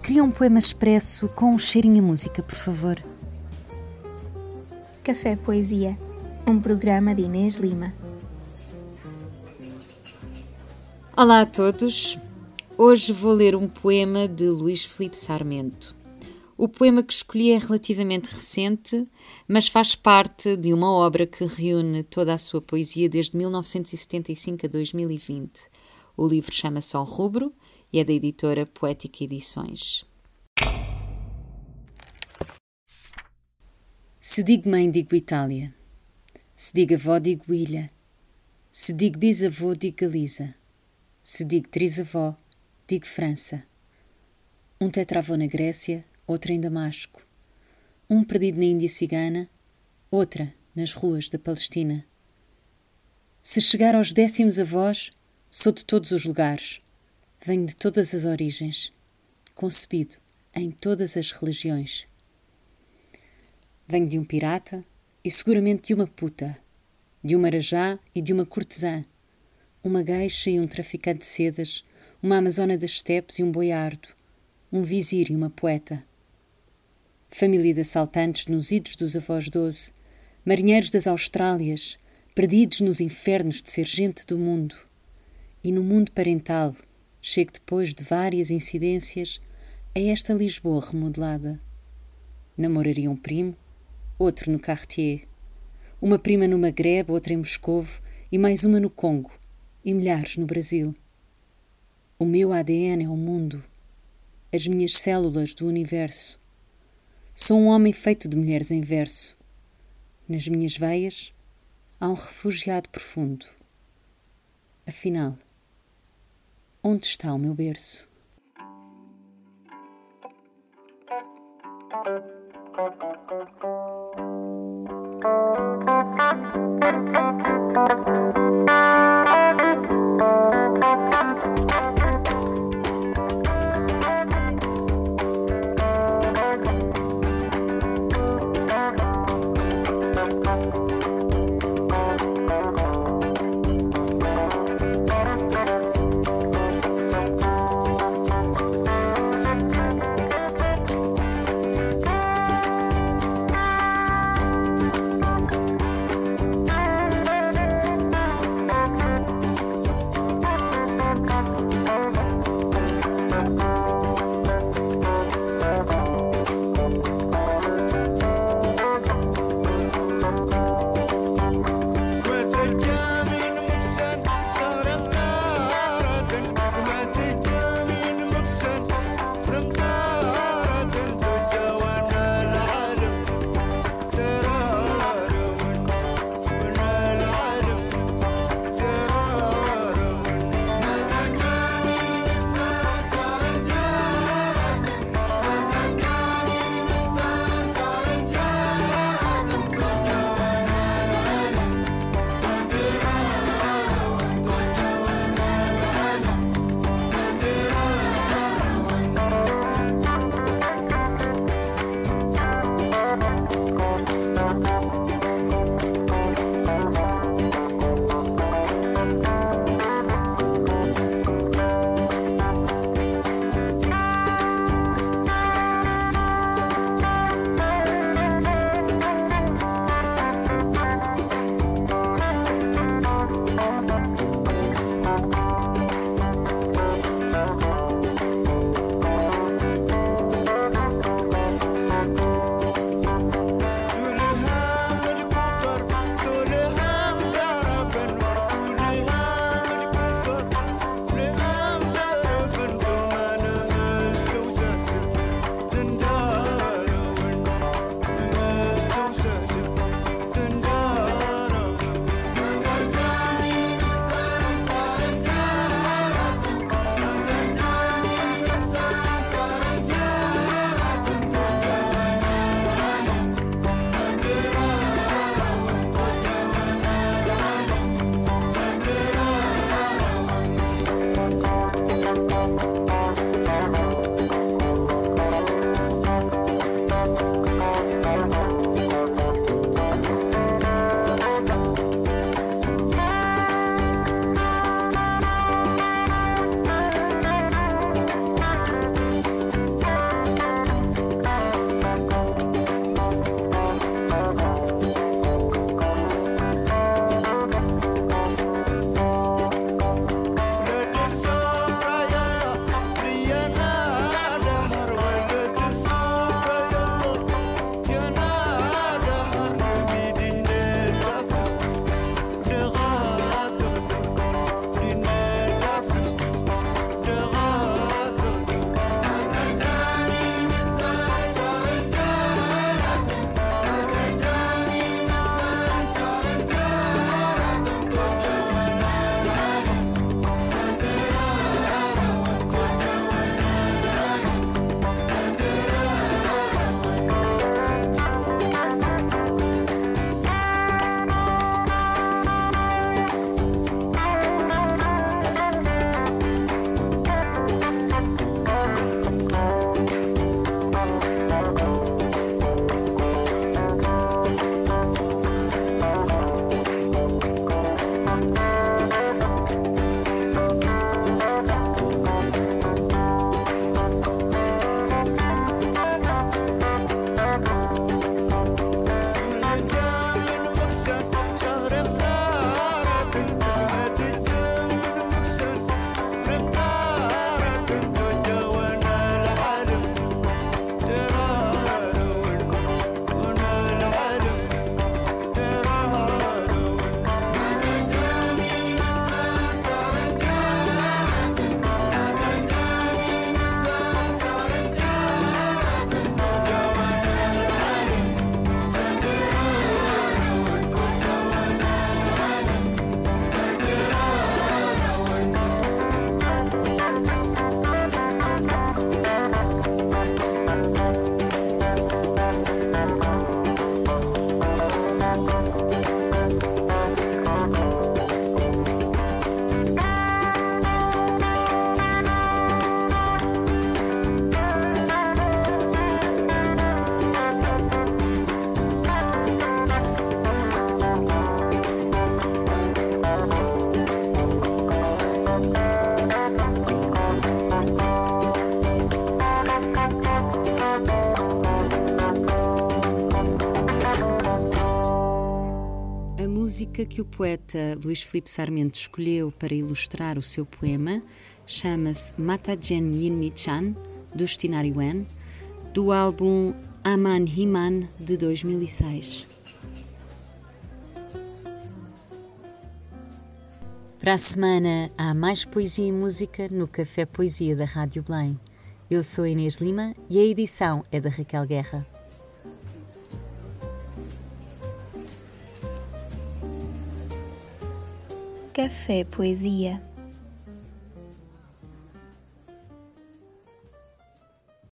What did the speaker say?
Cria um poema expresso com um cheirinho a música, por favor. Café Poesia, um programa de Inês Lima. Olá a todos. Hoje vou ler um poema de Luís Filipe Sarmento. O poema que escolhi é relativamente recente, mas faz parte de uma obra que reúne toda a sua poesia desde 1975 a 2020. O livro chama-se Ao Rubro e é da editora Poética Edições. Se digo mãe, digo Itália. Se digo avó, digo ilha. Se digo bisavô, digo Galiza. Se digo trisavó, digo França. Um tetravô na Grécia, outro em Damasco. Um perdido na Índia cigana, outra nas ruas da Palestina. Se chegar aos 10º avós, sou de todos os lugares. Venho de todas as origens, concebido em todas as religiões. Venho de um pirata e seguramente de uma puta, de um marajá e de uma cortesã, uma gueixa e um traficante de sedas, uma amazona das estepes e um boiardo, um vizir e uma poeta. Família de assaltantes nos idos dos avós 12, marinheiros das Austrálias, perdidos nos infernos de ser gente do mundo. E no mundo parental, chego depois de várias incidências a esta Lisboa remodelada. Namoraria um primo, outro no Cartier, uma prima no Magrebe, outra em Moscovo e mais uma no Congo, e milhares no Brasil. O meu ADN é o mundo, as minhas células do universo. Sou um homem feito de mulheres em verso. Nas minhas veias há um refugiado profundo. Afinal, onde está o meu berço? música que o poeta Luís Filipe Sarmento escolheu para ilustrar o seu poema chama-se Matajen Yinmi-chan, do Stina Wen, do álbum Aman Himan, de 2006. Para a semana há mais poesia e música no Café Poesia da Rádio Belém. Eu sou a Inês Lima e a edição é da Raquel Guerra. Café Poesia.